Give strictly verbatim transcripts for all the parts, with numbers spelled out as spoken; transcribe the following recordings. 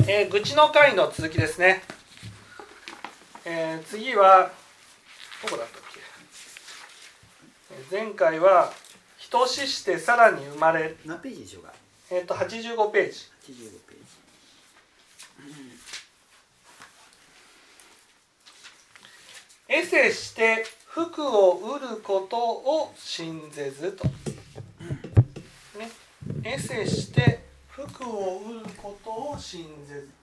えー、愚痴の回の続きですね。えー、次はどこだったっけ。前回は人死してさらに生まれる。 何ページでしょうか。 えっとはちじゅうごページ。 はちじゅうごページ。 えせして服を売ることを信ぜずと、ね、えせして服を売ることを信ぜず。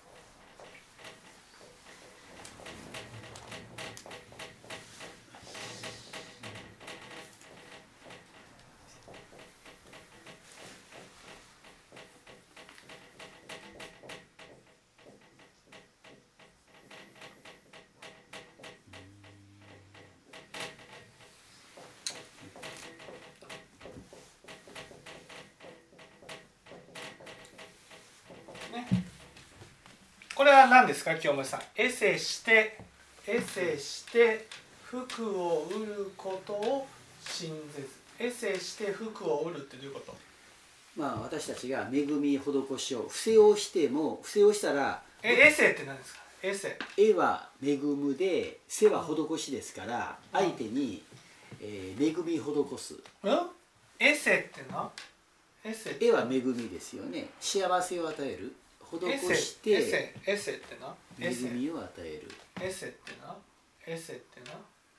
これは何ですか、清盛さん。えせしてえせして服を売ることを信ぜず。えせして服を売るってどういうこと？ まあ私たちが恵み施しを不正をしても不正をしたらえエセって何ですか？エセ。 絵は恵むで世は施しですから相手に、えー、恵み施す。 うん？エセってな？エセ。 絵は恵みですよね。幸せを与える。施してエセエセってな？ 恵みを与える。 エセってな？エセってな？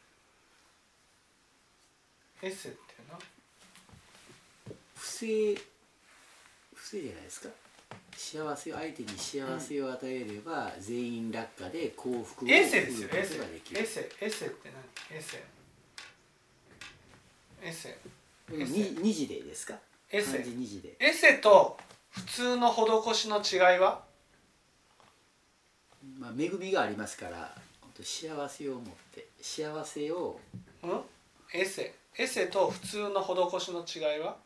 エセってな？ 不正不正じゃないですか。幸せを相手に幸せを与えれば、うん、全員落下で幸福をエセですよ。エセができる。 エセエセって何？エセエセに二次でですか？ エセ漢字二次で。 エセと普通の施しの違いは？ まあ、恵みがありますから幸せを持って幸せを、 うん、エセエセと普通の施しの違いは？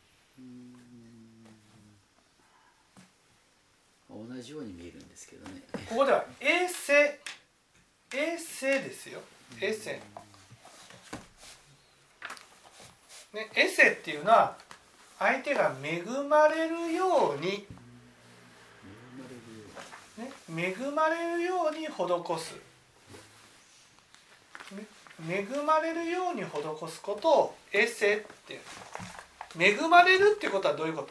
うん同じように見えるんですけどね。 ここではエセエセですよ。エセ、ね、エセっていうのは相手が恵まれるように、ね、恵まれるように施す、ね、恵まれるように施すことをエセっていう。恵まれるっていうことはどういうこと？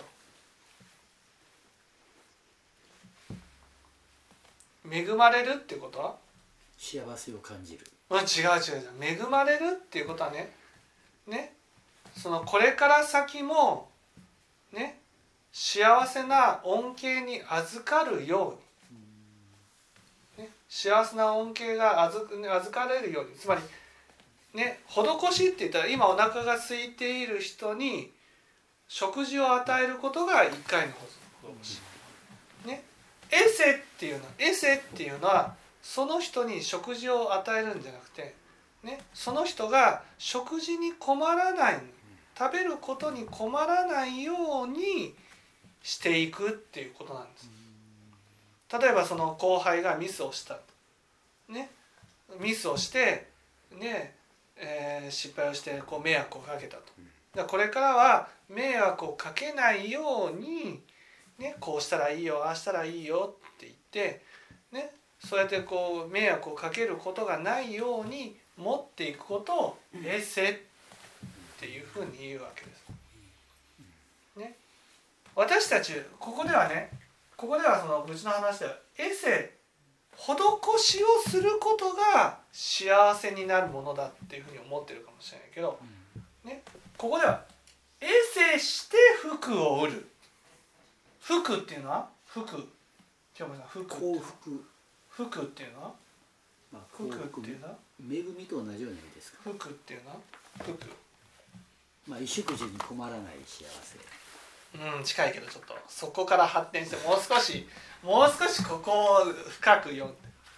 恵まれるっていうことは幸せを感じる。 まあ、違う違う違う。恵まれるっていうことはね、ね、そのこれから先もね、幸せな恩恵に預かるように、ね、幸せな恩恵が預預かれるように、つまりね、施しって言ったら今お腹が空いている人に食事を与えることが一回の施し。ね、エセっていうのはエセっていうのはその人に食事を与えるんじゃなくて、ね、その人が食事に困らない、食べることに困らないようにしていくっていうことなんです。例えばその後輩がミスをした、ね、ミスをしてね、えー、失敗をしてこう迷惑をかけたと。だからこれからは迷惑をかけないように、ね、こうしたらいいよああしたらいいよって言って、ね、そうやってこう迷惑をかけることがないように持っていくことをエセっていうふうに言うわけです。ね、私たちここではね、ここではその愚痴の話ではエセ施しをすることが幸せになるものだっていうふうに思ってるかもしれないけど、ね、ここではエセして服を売る。服っていうのは服、今日もさ服幸福。 服っていうのは、 まあ、 服っていうのは恵みと同じような意味ですか。 服っていうのは服、 まあ衣食住に困らない幸せ。 うん、近いけどちょっとそこから発展してもう少しもう少しここを深く読んで。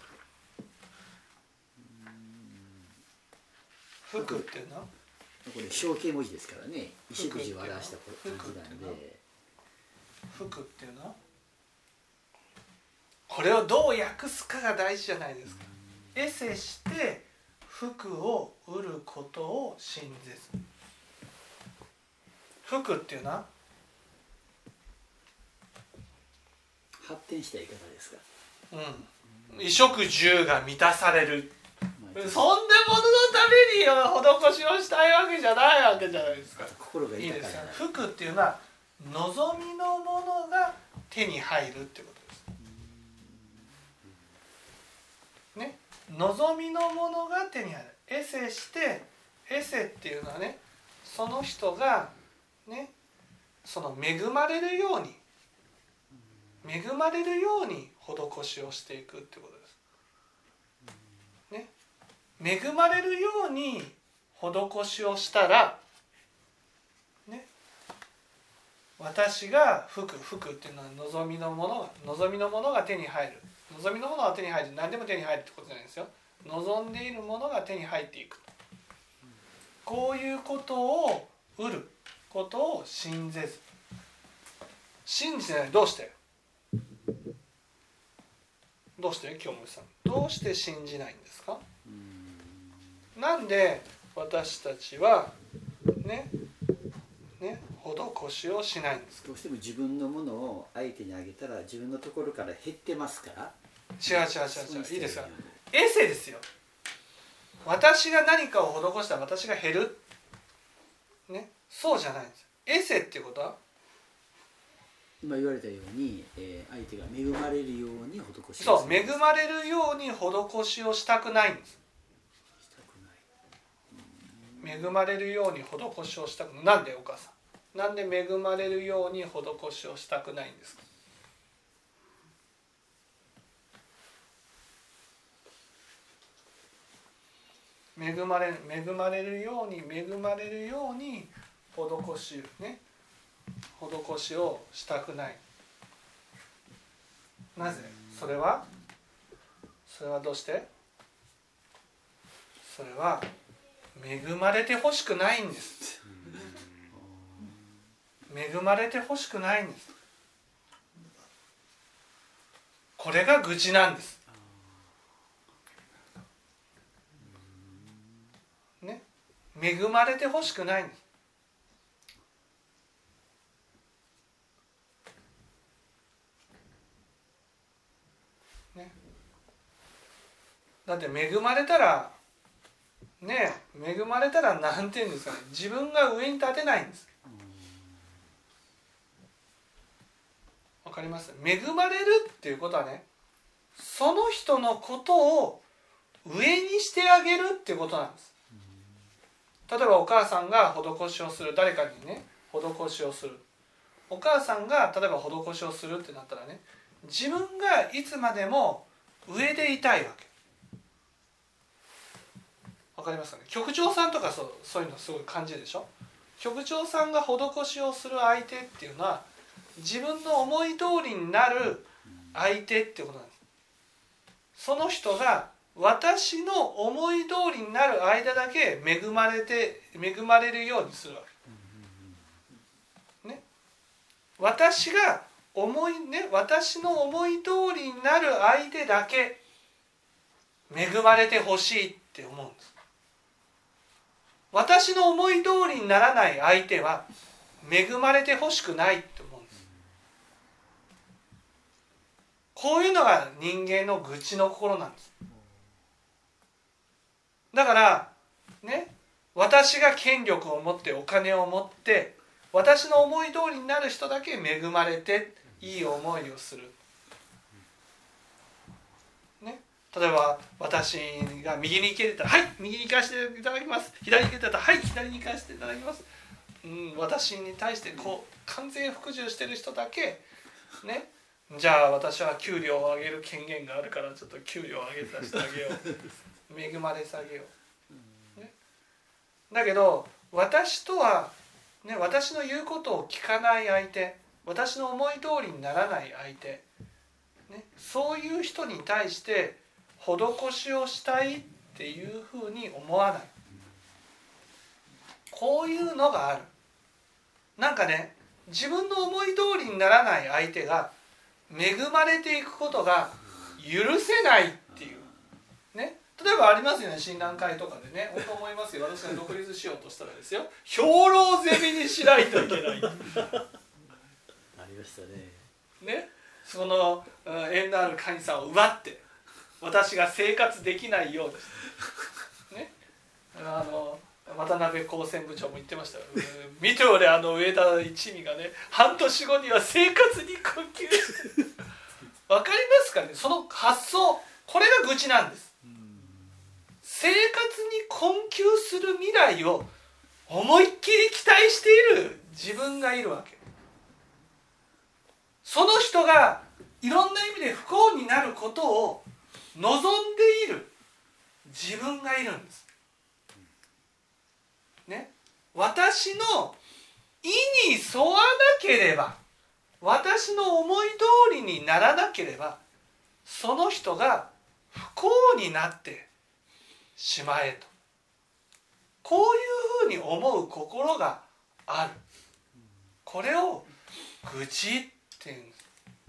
服っていうのはこれ象形文字ですからね、衣食住を表した感じなんで。 服っていうのはこれをどう訳すかが大事じゃないですか。エセして服を売ることを信ぜず。服っていうのは発展した言い方ですか。 うん、衣食住が満たされる、そんでもののために施しをしたいわけじゃないわけじゃないですか。 心が豊かになる。 いいですよ。福っていうのは望みのものが手に入るっていうことですね。望みのものが手に入る。エセしてエセっていうのはね、その人がね、その恵まれるように恵まれるように施しをしていくってことですね。恵まれるように施しをしたらね、私が福福っていうのは望みのものが望みのものが手に入る。望みのものが手に入る。何でも手に入るってことじゃないですよ。望んでいるものが手に入っていく。こういうことを得ることを信ぜず、信じてない。どうしてどうして清盛さん、どうして信じないんですか。なんで私たちはねね施しをしないんですか。 どうしても自分のものを相手にあげたら自分のところから減ってますから。 違う違う違う違う、いいですか。エセですよ。私が何かを施したら私が減るね、そうじゃないんです。エセっていうことは今言われたように、えー、相手が恵まれるように施しそう、恵まれるように施しをしたくないんです。 したくない。 恵まれるように施しをしたくない。なんでお母さん、なんで恵まれるように施しをしたくないんですか。恵まれ恵まれるように恵まれるように施しね施しをしたくない。なぜ。それはそれはどうして。それは恵まれてほしくないんです。恵まれてほしくないんです。これが愚痴なんですね。恵まれてほしくないんです。ね、だって恵まれたらね、恵まれたらなんていうんですかね、自分が上に立てないんです。わかります？恵まれるっていうことはね、その人のことを上にしてあげるっていうことなんです。例えばお母さんが施しをする、誰かにね施しをする、お母さんが例えば施しをするってなったらね、自分がいつまでも上でいたいわけ。わかりますかね。局長さんとかそう、そういうのすごい感じるでしょ。局長さんが施しをする相手っていうのは自分の思い通りになる相手っていうことなんです。その人が私の思い通りになる間だけ恵まれて恵まれるようにするわけ、ね、私が思いね私の思い通りになる相手だけ恵まれてほしいって思うんです。私の思い通りにならない相手は恵まれてほしくないって思うんです。こういうのが人間の愚痴の心なんです。だからね、私が権力を持ってお金を持って私の思い通りになる人だけ恵まれていい思いをする、ね、例えば私が右に行けたらはい右に行かせていただきます、左に行けたらはい左に行かせていただきます、うん、私に対してこう完全服従してる人だけね、じゃあ私は給料を上げる権限があるからちょっと給料を上げさせてあげよう恵まれさげよう、ね、だけど私とは、ね、私の言うことを聞かない相手、私の思い通りにならない相手、ね、そういう人に対して施しをしたいっていうふうに思わない。こういうのがある。なんかね、自分の思い通りにならない相手が恵まれていくことが許せないっていうね。例えばありますよね、診断会とかでね、本当思いますよ。私が独立しようとしたらですよ、兵糧攻めにしないといけないありましたね。 ね、 その縁のある神さんを奪って私が生活できないようです、ね、あの渡辺高専部長も言ってましたよ見て俺あの上田一味がね半年後には生活に困窮してわかりますかね。その発想、これが愚痴なんです。生活に困窮する未来を思いっきり期待している自分がいるわけ。その人がいろんな意味で不幸になることを望んでいる自分がいるんです、ね、私の意に沿わなければ、私の思い通りにならなければ、その人が不幸になってしまえと、こういうふうに思う心がある。これを愚痴っていうんです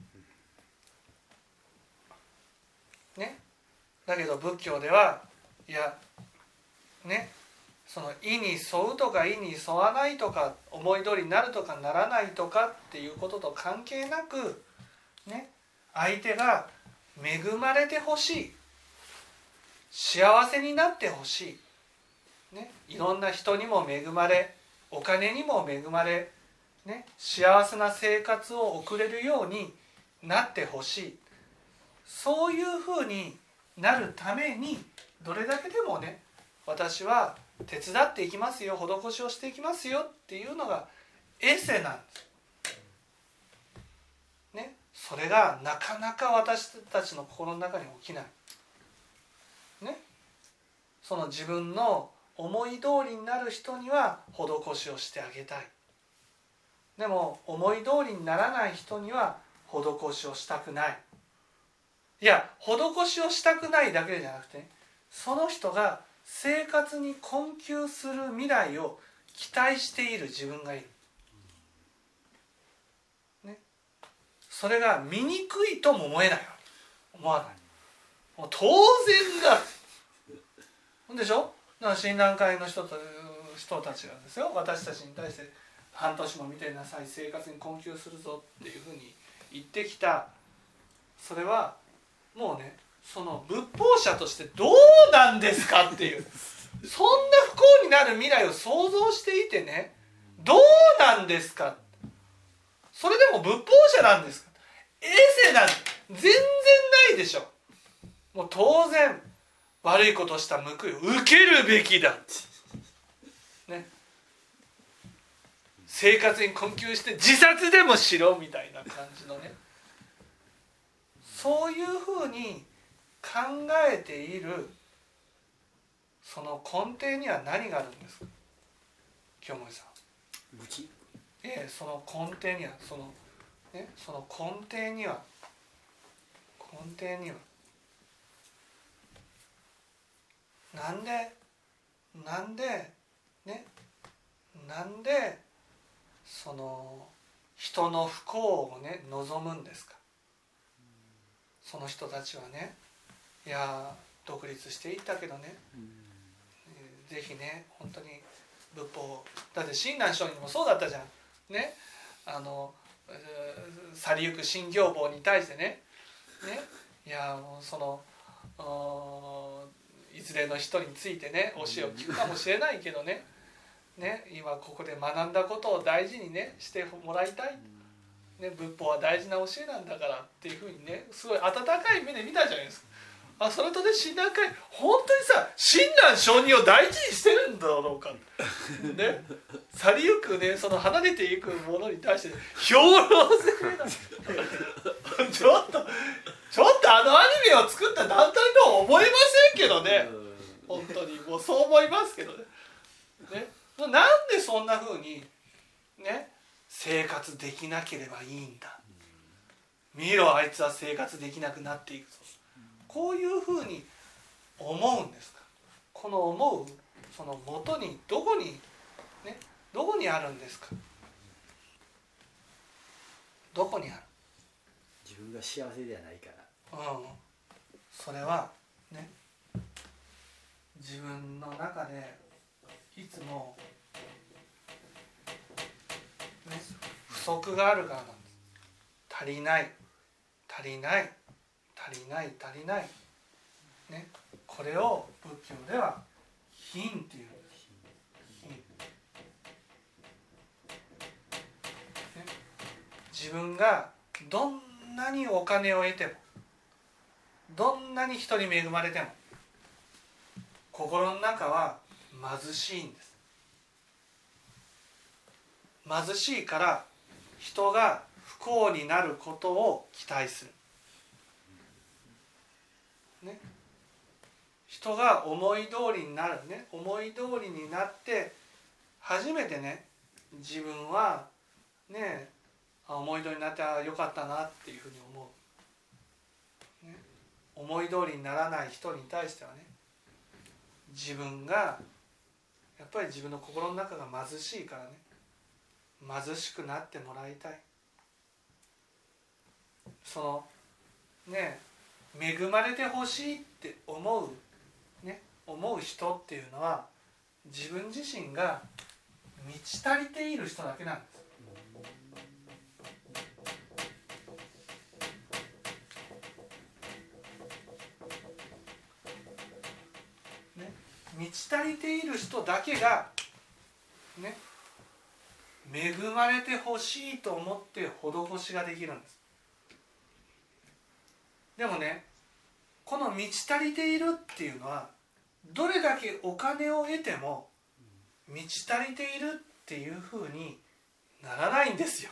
ね。だけど仏教ではいやね、その意に沿うとか意に沿わないとか、思い通りになるとかならないとかっていうことと関係なくね、相手が恵まれてほしい、幸せになってほしい、ね、いろんな人にも恵まれ、お金にも恵まれ、ね、幸せな生活を送れるようになってほしい。そういうふうになるためにどれだけでもね、私は手伝っていきますよ、施しをしていきますよっていうのがエセなんです、ね、それがなかなか私たちの心の中に起きない、ね、その自分の思い通りになる人には施しをしてあげたい。でも思い通りにならない人には施しをしたくない。いや、施しをしたくないだけじゃなくて、その人が生活に困窮する未来を期待している自分がいる、ね、それが醜いとも思えないわけ、思わない。もう当然だでしょ。だから親鸞会の人と人たちがですよ、私たちに対して半年も見てなさい、生活に困窮するぞっていうふうに言ってきた。それはもうね、その仏法者としてどうなんですかっていう、そんな不幸になる未来を想像していてね、どうなんですか、それでも仏法者なんですか、衛生なんて全然ないでしょ。もう当然悪いことした報いを受けるべきだ、ね、生活に困窮して自殺でもしろみたいな感じのね、そういうふうに考えているその根底には何があるんですか、清盛さん。 愚痴。 ええ、その根底にはその、ね、その根底には根底にはなんでなんでねなんでその人の不幸をね望むんですか。その人たちはね、いや独立していったけどね、ぜひね本当に仏法だって親鸞聖人もそうだったじゃんね、あの去りゆく新行坊に対してね、ね、いやもうそのいずれの人についてね教えを聞くかもしれないけどね、ね、今ここで学んだことを大事にねしてもらいたい、ね、仏法は大事な教えなんだからっていうふうにね、すごい温かい目で見たじゃないですか。あ、それとね、親鸞会本当にさ親鸞聖人を大事にしてるんだろうかね、去りゆくねその離れていくものに対して評論してくれないちょっとちょっとあのアニメを作った団体とは思えませんけどね、本当にもうそう思いますけどね。ね、なんでそんな風にね生活できなければいいんだ、見ろあいつは生活できなくなっていくぞ、こういう風に思うんですか。この思うその元にどこにねどこにあるんですか。どこにある。 自分が幸せではないから、 うん、それはね自分の中でいつも、ね、不足があるからなんです。足りない、 足りない足りない足りない、ね、これを仏教では品っていうんです。品、ね、自分がどんなにお金を得てもどんなに人に恵まれても心の中は貧しいんです。貧しいから人が不幸になることを期待する、ね、人が思い通りになるね、思い通りになって初めてね、自分はね、思い通りになってよかったなっていうふうに思う、ね、思い通りにならない人に対してはね、自分がやっぱり自分の心の中が貧しいからね、貧しくなってもらいたい。そのね、恵まれてほしいって思うね、思う人っていうのは自分自身が満ち足りている人だけなんです。ね、満ち足りている人だけがね、恵まれてほしいと思って施しができるんです。でもね、この満ち足りているっていうのはどれだけお金を得ても満ち足りているっていうふうにならないんですよ。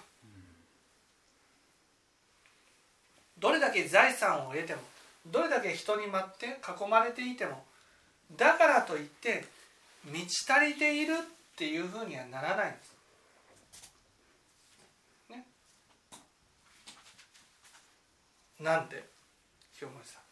どれだけ財産を得てもどれだけ人に待って囲まれていてもだからといって満ち足りているっていうふうにはならないんです、ね、なんで清盛さん、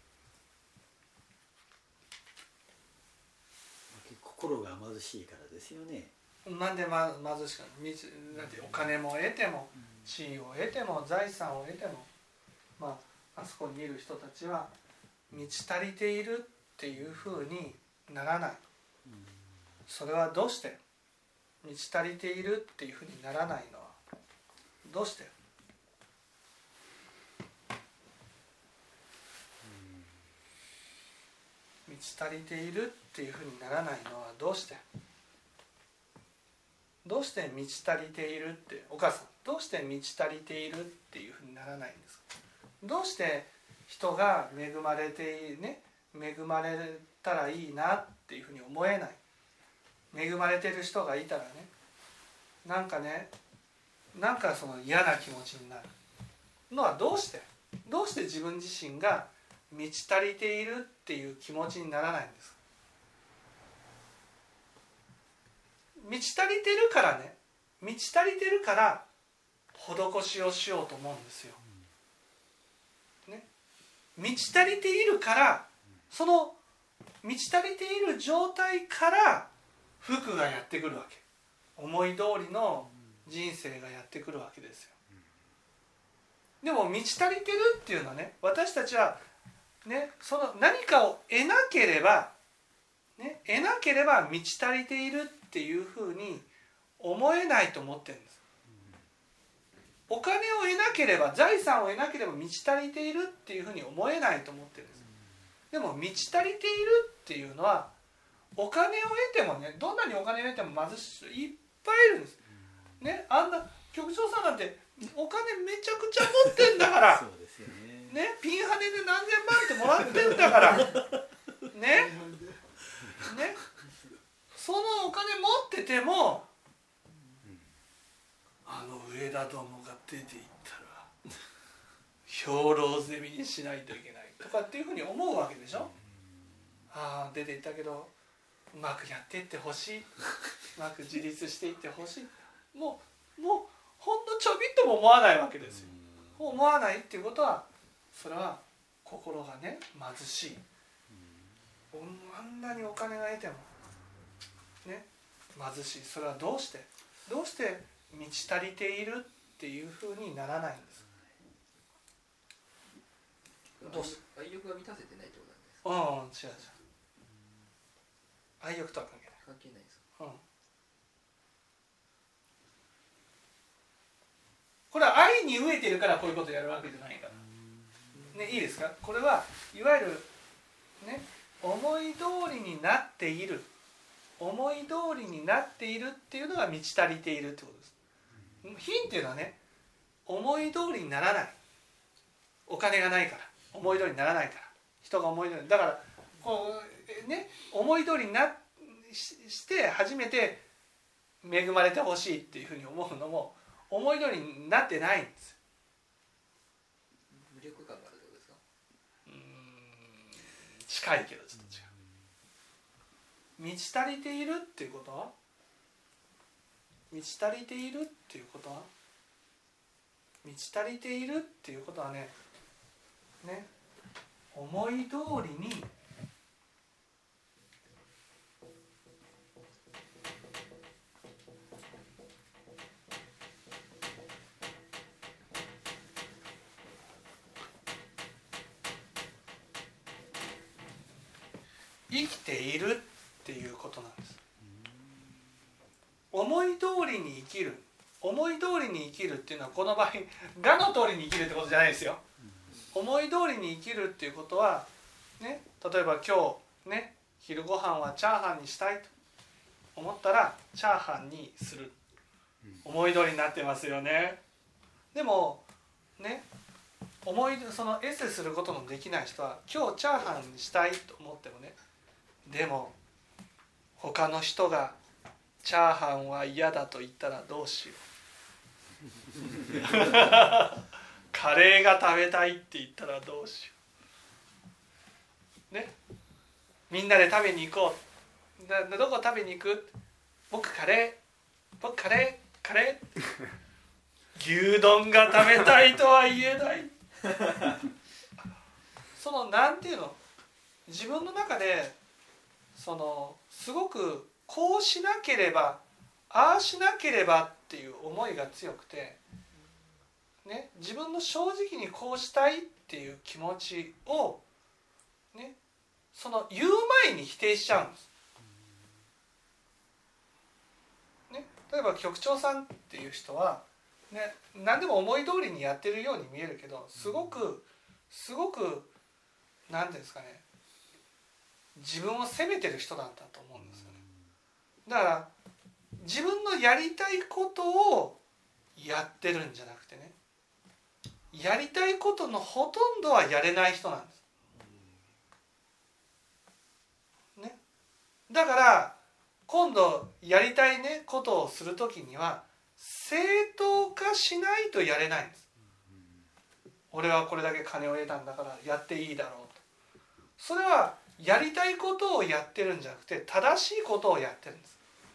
心が貧しいからですよね。 なんで、ま、貧しくなんてお金も得ても地位を得ても財産を得ても、まあ、あそこにいる人たちは満ち足りているっていうふうにならない。それはどうして満ち足りているっていうふうにならないのはどうして？満ち足りているっていうふうにならないのはどうして？どうして満ち足りているってお母さんどうして満ち足りているっていうふうにならないんですか？どうして人が恵まれてね恵まれたらいいなっていうふうに思えない？恵まれてる人がいたらね、なんかねなんかその嫌な気持ちになるのはどうしてどうして自分自身が満ち足りているっていう気持ちにならないんですか？満ち足りてるからね、満ち足りてるから施しをしようと思うんですよ、ね、満ち足りているからその満ち足りている状態から福がやってくるわけ、思い通りの人生がやってくるわけですよ。でも満ち足りてるっていうのはね、私たちはね、その何かを得なければ、ね、得なければ満ち足りているっていうふうに思えないと思ってるんです。お金を得なければ財産を得なければ満ち足りているっていうふうに思えないと思ってるんです。でも満ち足りているっていうのはお金を得てもね、どんなにお金を得ても貧しい人いっぱいいるんです、ね、あんな局長さんなんてお金めちゃくちゃ持ってんだからそうですよね、ね、ピンハネで何千万ってもらってんだからねね、そのお金持っててもあの上田どもが出ていったら兵糧攻めにしないといけないとかっていうふうに思うわけでしょ。ああ出ていったけどうまくやっていってほしい、うまく自立していってほしい、もうもうほんのちょびっとも思わないわけですよ。思わないっていうことはそれは心がね貧しい、あんなにお金が得てもね貧しい。それはどうしてどうして満ち足りているっていうふうにならないんです。 どうし愛欲が満たせてないってことなんですか？ うん、違う違う。愛欲とは関係ない。 関係ないですか？ うん。これは愛に飢えてるからこういうことをやるわけじゃないから。 ね、いいですか。これはいわゆるね、思い通りになっている、思い通りになっているっていうのが満ち足りているってことです。貧っていうのはね、思い通りにならない、お金がないから思い通りにならないから、人が思い通りだからこう、ね、思い通りにな し, して初めて恵まれてほしいっていうふうに思うのも思い通りになってないんです。 無力感があるってことですか。 うーん、近いけどちょっと違う。満ち足りているっていうことは、満ち足りているっていうことは満ち足りているっていうことはね、ね、思い通りに生きているっていうことなんです。思い通りに生きる、思い通りに生きるっていうのはこの場合我の通りに生きるってことじゃないですよ。思い通りに生きるっていうことはね、例えば今日ね、昼ご飯はチャーハンにしたいと思ったらチャーハンにする、思い通りになってますよね。でもね、思いそのエセすることのできない人は今日チャーハンにしたいと思ってもね、でも他の人がチャーハンは嫌だと言ったらどうしようカレーが食べたいって言ったらどうしようね、みんなで食べに行こう、だどこ食べに行く、僕カレー、僕カレーカレー牛丼が食べたいとは言えないそのなんていうの、自分の中でそのすごくこうしなければああしなければっていう思いが強くて、ね、自分の正直にこうしたいっていう気持ちを、ね、その言う前に否定しちゃうんです、ね、例えば局長さんっていう人は、ね、何でも思い通りにやってるように見えるけど、すごくすごく何ていうんですかね、自分を責めてる人なんだと思うんですよね。だから自分のやりたいことをやってるんじゃなくてね、やりたいことのほとんどはやれない人なんです、ね、だから今度やりたいねことをするときには正当化しないとやれないんです。俺はこれだけ金を得たんだからやっていいだろうと、それはやりたいことをやってるんじゃなくて正しいことをやってるんです。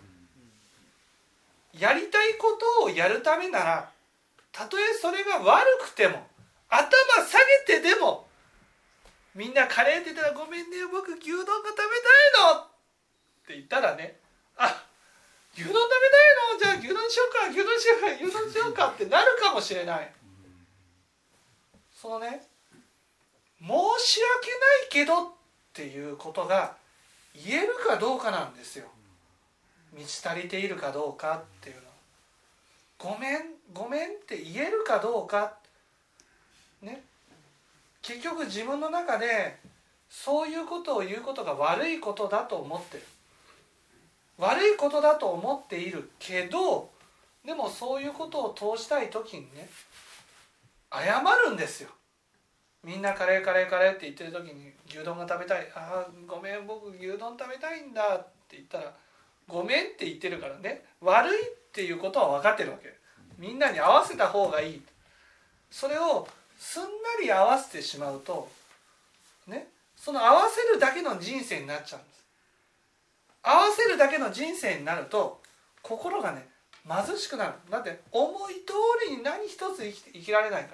やりたいことをやるためなら、たとえそれが悪くても頭下げてでも、みんなカレーって言ったらごめんね僕牛丼が食べたいのって言ったらね、あ、牛丼食べたいの、じゃあ牛丼しようか牛丼しようか牛丼しようかってなるかもしれない。そのね、申し訳ないけどっていうことが言えるかどうかなんですよ。満ち足りているかどうかっていうのは、ごめんごめんって言えるかどうかね、結局自分の中でそういうことを言うことが悪いことだと思ってる、悪いことだと思っているけど、でもそういうことを通したい時にね、謝るんですよ。みんなカレーカレーカレーって言ってる時に牛丼が食べたい、あーごめん僕牛丼食べたいんだって言ったら、ごめんって言ってるからね、悪いっていうことは分かってるわけ。みんなに合わせた方がいい。それをすんなり合わせてしまうとね、その合わせるだけの人生になっちゃうんです。合わせるだけの人生になると心がね貧しくなる。だって思い通りに何一つ生きて生きられないから。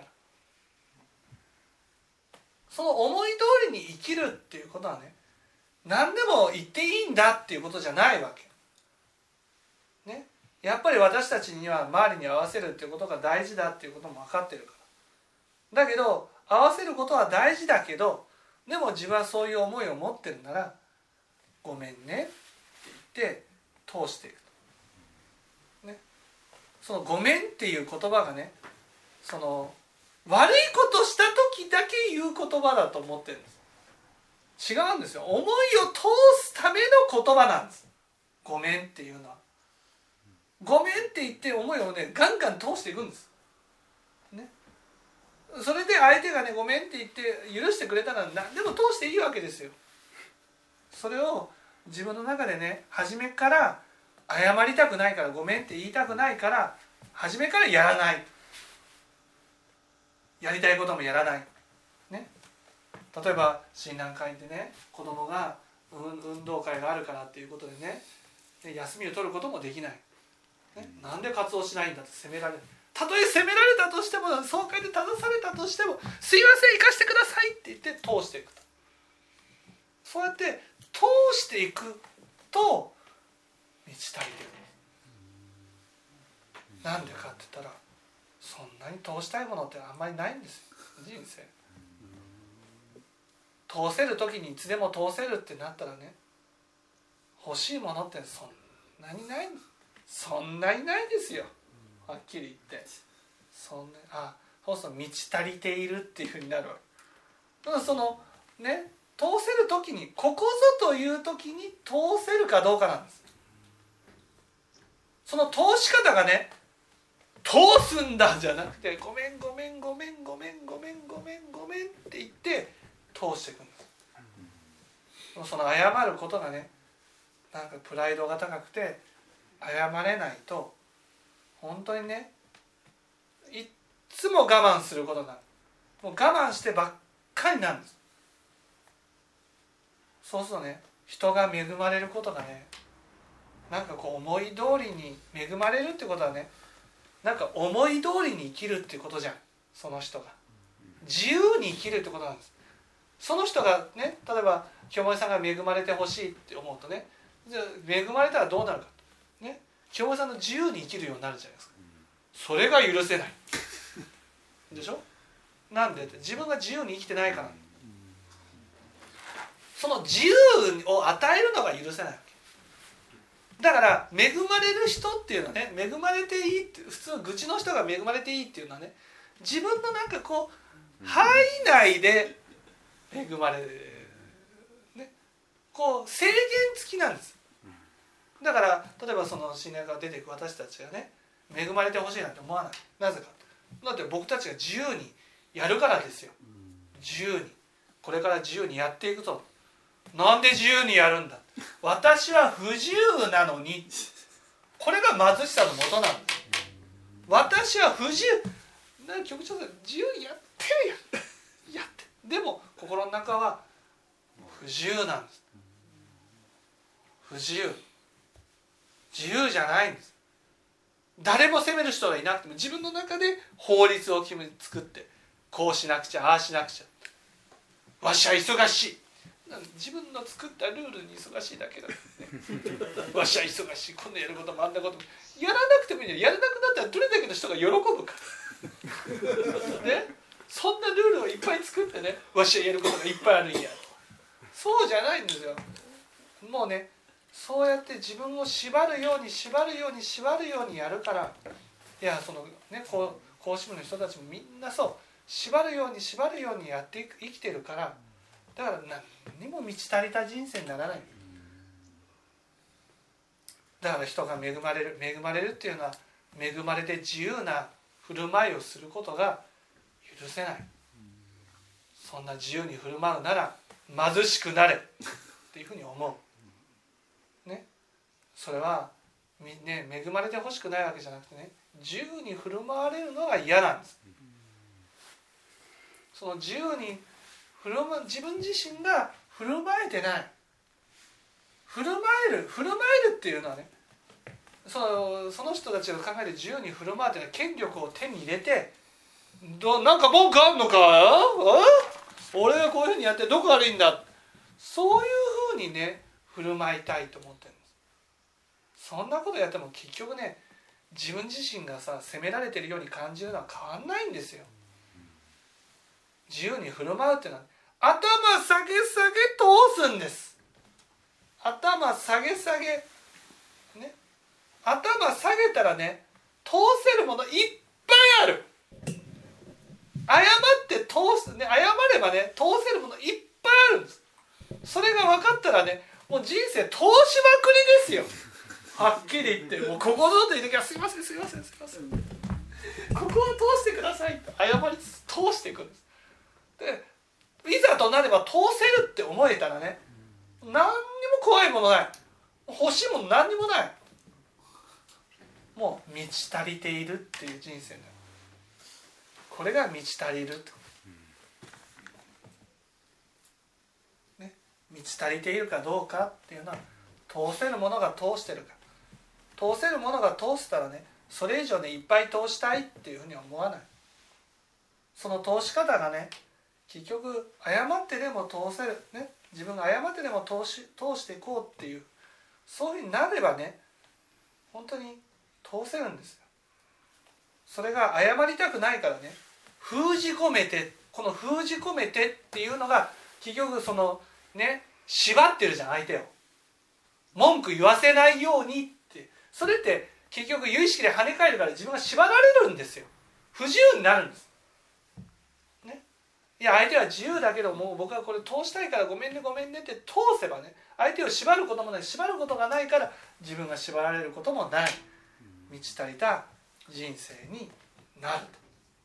その思い通りに生きるっていうことはね、何でも言っていいんだっていうことじゃないわけね。やっぱり私たちには周りに合わせるっていうことが大事だっていうことも分かってるから。だけど合わせることは大事だけど、でも自分はそういう思いを持ってるならごめんねって言って通していくと、ね、そのごめんっていう言葉がね、その悪いことした時だけ言う言葉だと思ってるんです。違うんですよ。思いを通すための言葉なんです。ごめんっていうのはごめんって言って思いをねガンガン通していくんです、ね、それで相手がねごめんって言って許してくれたら何でも通していいわけですよ。それを自分の中でね初めから謝りたくないからごめんって言いたくないから初めからやらない、やりたいこともやらない、ね、例えば親鸞会でね子供が運動会があるからっていうことでね休みを取ることもできない、ね、なんで活動しないんだって責められる。たとえ責められたとしても総会で正されたとしてもすいません行かしてくださいって言って通していくと。そうやって通していくと満ち足りてる。なんでかって言ったらそんなに通したいものってあんまりないんですよ人生。通せる時にいつでも通せるってなったらね欲しいものってそんなにないそんなにないですよはっきり言って。そんなあそうすると満ち足りているっていうふうになるわけだからそのね通せる時にここぞという時に通せるかどうかなんです。その通し方がね通すんだじゃなくてごめんごめんごめんごめんごめんごめんごめんって言って通していくんです。その謝ることがねなんかプライドが高くて謝れないと本当にねいっつも我慢することになる。もう我慢してばっかりになるんです。そうするとね人が恵まれることがねなんかこう思い通りに恵まれるってことはねなんか思い通りに生きるっていうことじゃん。その人が自由に生きるってことなんです。その人がね例えば清盛さんが恵まれてほしいって思うとねじゃあ恵まれたらどうなるかね清盛さんの自由に生きるようになるじゃないですか。それが許せないでしょ。なんでって自分が自由に生きてないから。その自由を与えるのが許せないわけだから。恵まれる人っていうのはね恵まれていいって普通愚痴の人が恵まれていいっていうのはね自分のなんかこう範囲内で恵まれる、ね、こう制限付きなんです。だから例えばその信頼から出ていく私たちがね恵まれてほしいなんて思わない。なぜかだって僕たちが自由にやるからですよ。自由にこれから自由にやっていくぞ。なんで自由にやるんだ。私は不自由なのに。これが貧しさのもとなんです。私は不自由な局長さん自由にやってるやんやってでも心の中は不自由なんです。不自由自由じゃないんです。誰も責める人がいなくても自分の中で法律を決め作ってこうしなくちゃああしなくちゃわしは忙しい自分の作ったルールに忙しいだけだ、ね、わしは忙しいこんなやることもあんなこともやらなくてもいいのやらなくなったらどれだけの人が喜ぶかねそんなルールをいっぱい作ってねわしはやることがいっぱいあるんやそうじゃないんですよ。もうねそうやって自分を縛るように縛るように縛るようにやるからいやそのねこう講師部の人たちもみんなそう縛るように縛るようにやっていく生きてるからだから何にも満ち足りた人生にならない。だから人が恵まれる恵まれるっていうのは恵まれて自由な振る舞いをすることが許せない。そんな自由に振る舞うなら貧しくなれっていうふうに思う、ね、それは、ね、恵まれてほしくないわけじゃなくてね自由に振る舞われるのが嫌なんです。その自由に振る舞う自分自身が振る舞えてない振る舞える振る舞えるっていうのはねその、その人たちが考える自由に振る舞うというのは権力を手に入れてどなんか文句あんのか俺がこういうふうにやってどこ悪いんだそういうふうにね振る舞いたいと思ってるんです。そんなことやっても結局ね自分自身がさ責められてるように感じるのは変わんないんですよ。自由に振る舞うっていうのは頭下げ下げ通すんです。頭下げ下げね頭下げたらね通せるものいっぱいある。 謝って通すね、謝ればね通せるものいっぱいあるんです。それが分かったらね、もう人生通しまくりですよ。はっきり言って、もうここぞという時はすいませんすいませんすいません、ここは通してくださいと謝りつつ通していくんです。でいざとなれば通せるって思えたらね、何にも怖いものない、欲しいもの何にもない、もう満ち足りているっていう人生だ。これが満ち足りると、ね、満ち足りているかどうかっていうのは通せるものが通してるか、通せるものが通せたらね、それ以上ねいっぱい通したいっていうふうには思わない。その通し方がね、結局謝ってでも通せる、ね、自分が謝ってでも通し、通していこうっていう、そういうふうになればね、本当に通せるんですよ。それが謝りたくないからね、封じ込めて、この封じ込めてっていうのが結局そのね、縛ってるじゃん相手を。文句言わせないようにって、それって結局有意識で跳ね返るから自分が縛られるんですよ。不自由になるんです。ね、いや相手は自由だけどもう僕はこれ通したいからごめんねごめんねって通せばね、相手を縛ることもない、縛ることがないから自分が縛られることもない、満ち足りた人生になると。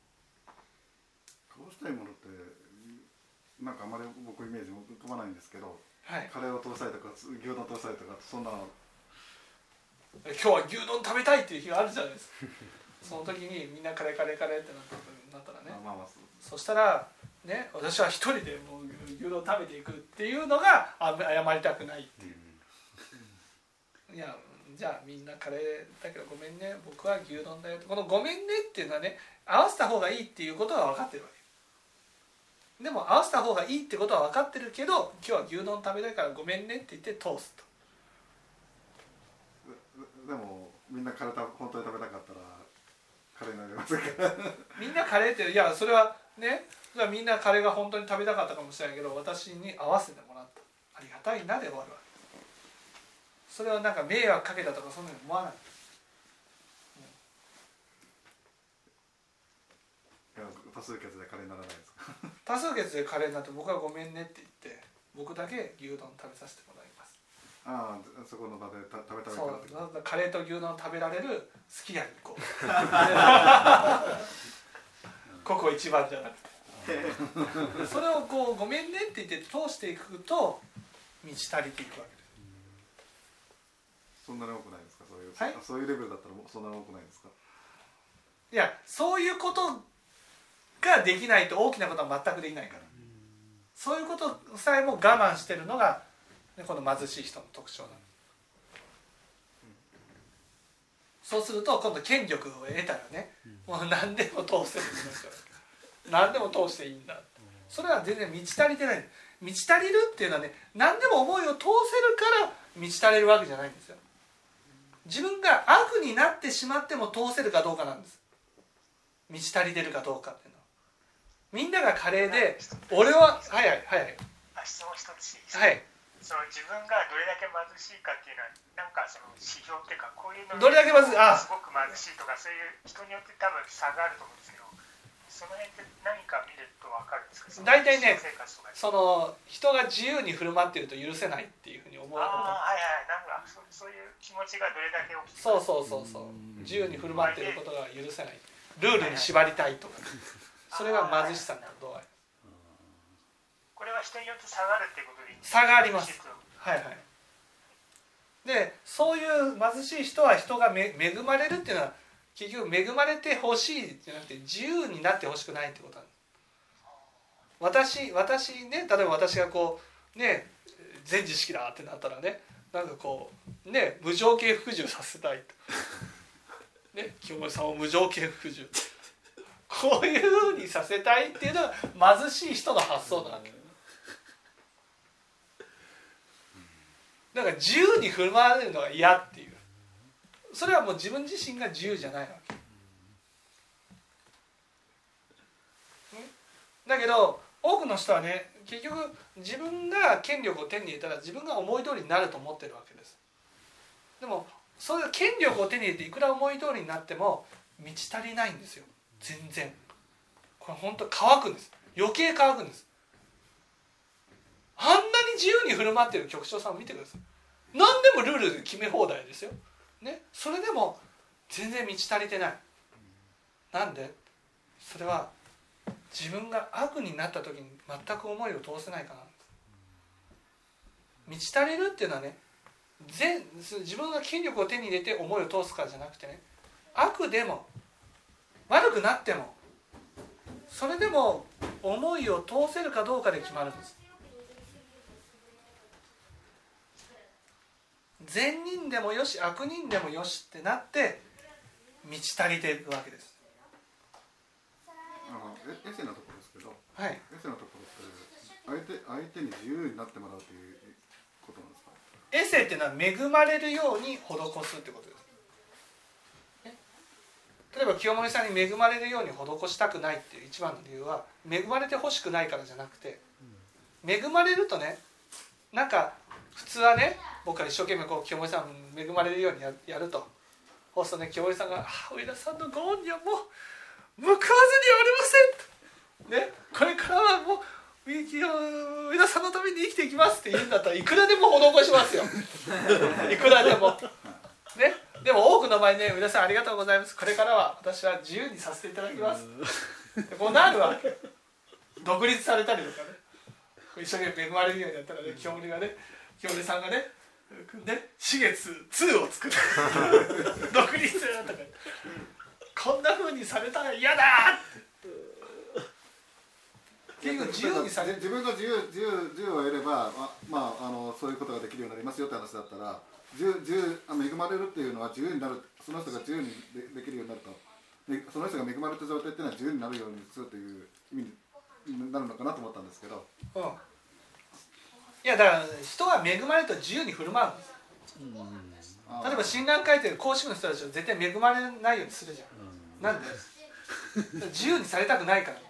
通したいものってなんかあまり僕イメージ浮かばないんですけど、 はい、 カレーを通したいとか牛丼を通したいとかそんなの。 今日は牛丼食べたいっていう日があるじゃないですか。その時にみんなカレーカレーカレーってなったらね、まあまあ、そしたらね、私は一人でもう牛丼食べていくっていうのが謝りたくないっていう、うん、いやじゃあみんなカレーだけどごめんね僕は牛丼だよと、このごめんねっていうのはね、合わせた方がいいっていうことが分かってるわけでも合わせた方がいいってことは分かってるけど、今日は牛丼食べたいからごめんねって言って通すと。 でもみんなカレー本当に食べたかったらカレーになりませんかみんなカレーって、いやそれはね、それはみんなカレーが本当に食べたかったかもしれないけど、私に合わせてもらったありがたいなで終わるわけ。それはなんか迷惑かけたとかそんなに思わない。 いや多数決でカレーにならないですか多数決でカレーになって僕はごめんねって言って僕だけ牛丼食べさせてもらいます。ああ、そこの場で食べたいからってそうカレーと牛丼食べられるすき家に行こうここ一番じゃなくてそれをこうごめんねって言って通していくと満ち足りていくわけです。 そんなに多くないですか、そういう、 はい、 そういうレベルだったらそんなに多くないですか。 いやそういうことができないと大きなことは全くできないから、そういうことさえも我慢してるのがこの貧しい人の特徴なの。そうすると今度権力を得たらね、もう何でも通せるんですから何でも通していいんだ。それは全然満ち足りてない。満ち足りるっていうのはね、何でも思いを通せるから満ち足りるわけじゃないんですよ。自分が悪になってしまっても通せるかどうかなんです。満ち足りてるかどうかっていうのは。みんながカレーで俺ははいはいはいはい質問一ついいですか。 はい、 その自分がどれだけ貧しいかっていうのはなんかその指標っていうか、こういうのどれだけ貧しい、あすごく貧しいとかそういう人によって多分差があると思うんですけど、その辺って何か見ると分かるんですか。 大体ね、 生活とかその人が自由に振る舞っていると許せないっていうふうに思う。 ああはいはい、なんかそ う, そういう気持ちがどれだけ大きいか。そうそうそうそう、自由に振る舞っていることが許せない、ルールに縛りたいとか、それが貧しさの度合い。 これは人によって差があるっていうことでいいんですか。 差があります。はいはい。でそういう貧しい人は人がめ恵まれるっていうのは結局恵まれてほしいじゃなくて自由になってほしくないってことなんです。私私ね、例えば私がこうね全知識だってなったらね、なんかこうね無条件服従させたいとね、清盛さんを無条件服従こういうふうにさせたいっていうのが貧しい人の発想なわけ。だから自由に振る舞われるのが嫌っていう、それはもう自分自身が自由じゃないわけ。だけど多くの人はね、結局自分が権力を手に入れたら自分が思い通りになると思ってるわけです。でもそういう権力を手に入れていくら思い通りになっても満ち足りないんですよ、全然。 これ本当乾くんです。余計乾くんです。あんなに自由に振る舞ってる局長さんを見てください。何でもルールで決め放題ですよ、ね、それでも全然満ち足りてない。なんで？それは自分が悪になった時に全く思いを通せないからなんです。満ち足りるっていうのはね、全自分が筋力を手に入れて思いを通すからじゃなくてね、悪でも悪くなってもそれでも思いを通せるかどうかで決まるんです。善人でもよし悪人でもよしってなって満ち足りていくわけです。 あのエセのところですけど、 はい、 エセのところって相手、相手に自由になってもらうということなんですか？ エセっていうのは恵まれるように施すってことです、ね、例えば清盛さんに恵まれるように施したくないっていう一番の理由は恵まれてほしくないからじゃなくて、恵まれるとね、なんか普通はね、僕は一生懸命こう清盛さん恵まれるように や, やるとそうするとね、清盛さんが「上田さんのご恩にはもう報わずにはおりません」と、ね、これからはもう上田さんのために生きていきますって言うんだったらいくらでも施しますよいくらでも、ね、でも多くの場合ね、上田さんありがとうございます、これからは私は自由にさせていただきますってこうなるわけ。独立されたりとかね、一生懸命恵まれるようになったらね、清盛がね、清盛さんがねね、四月ツーを作る独立とかこんな風にされたら嫌だって結局自由にされ自分が自由自由自由を得れば、まあ、あのそういうことができるようになりますよって話だったら、自由自由あの恵まれるっていうのは自由になる、その人が自由に で, できるようになると、その人が恵まれた状態っていうのは自由になるようにするという意味になるのかなと思ったんですけど、 うん、いやだから人は恵まれると自由に振る舞うんです、うん、例えば診断書いてる講師部の人たちは絶対恵まれないようにするじゃん、うん、なんで自由にされたくないから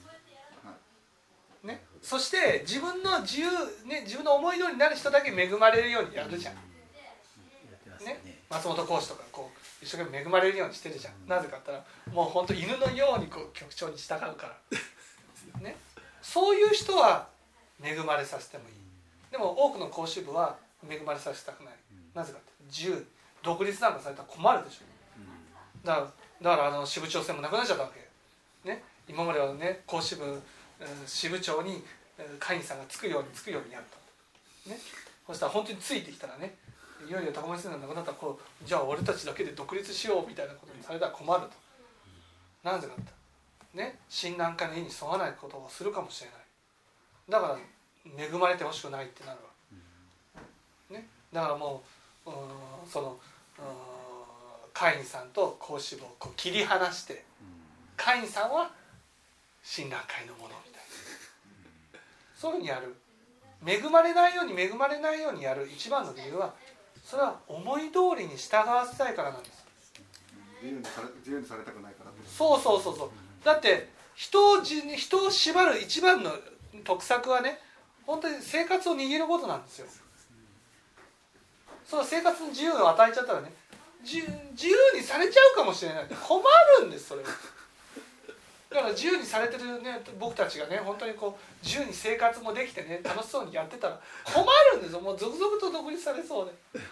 ね、そして自分の自由、ね、自分の思い通りになる人だけ恵まれるようにやるじゃん、ね、松本講師とかこう一生懸命恵まれるようにしてるじゃん、なぜかって言ったらもう本当犬のようにこう局長に従うからね、そういう人は恵まれさせてもいい。でも多くの講師部は恵まれさせたくない。なぜかって自由独立なんかされたら困るでしょ。だからだからあの支部長選もなくなっちゃったわけ、ね、今まではね講師部支部長に会員さんがつくようにつくようにやると、ね、そしたら本当についてきたらね、いよいよ高森先生がなくなったらこうじゃあ俺たちだけで独立しようみたいなことにされたら困ると。なぜかってね、親鸞会の意に沿わないことをするかもしれない。だから恵まれてほしくないってなるわ、ね、だからもう、うん、その、うん、会員さんと講師部をこう切り離して、会員さんは親鸞会のものみたいな、そういうふうにやる。恵まれないように恵まれないようにやる一番の理由は、それは思い通りに従わせたいからなんです。 自由にされ、自由にされたくないから。 そうそうそうそう。だって人を人を縛る一番の得策はね、本当に生活を握ることなんですよ。その生活に自由を与えちゃったらね、自由にされちゃうかもしれない。困るんです、それは。だから自由にされてるね、僕たちがね、本当にこう自由に生活もできてね、楽しそうにやってたら困るんですよ。もう続々と独立されそうで。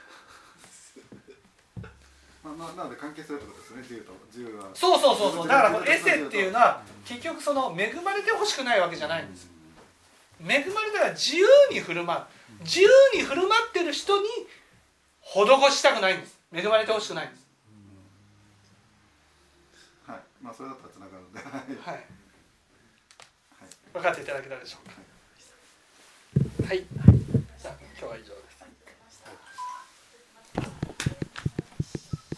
まあまあ、なので関係するってことですね、自由と自由は。 そうそうそうそう。だからこのエセっていうのは結局その恵まれてほしくないわけじゃないんです。恵まれたら自由に振る舞う、自由に振る舞ってる人に施したくないんです。恵まれてほしくないんです。 はい、まあそれだったらつながるので、はい、はい、 分かっていただけたでしょうか。はい、じゃあ今日は以上です。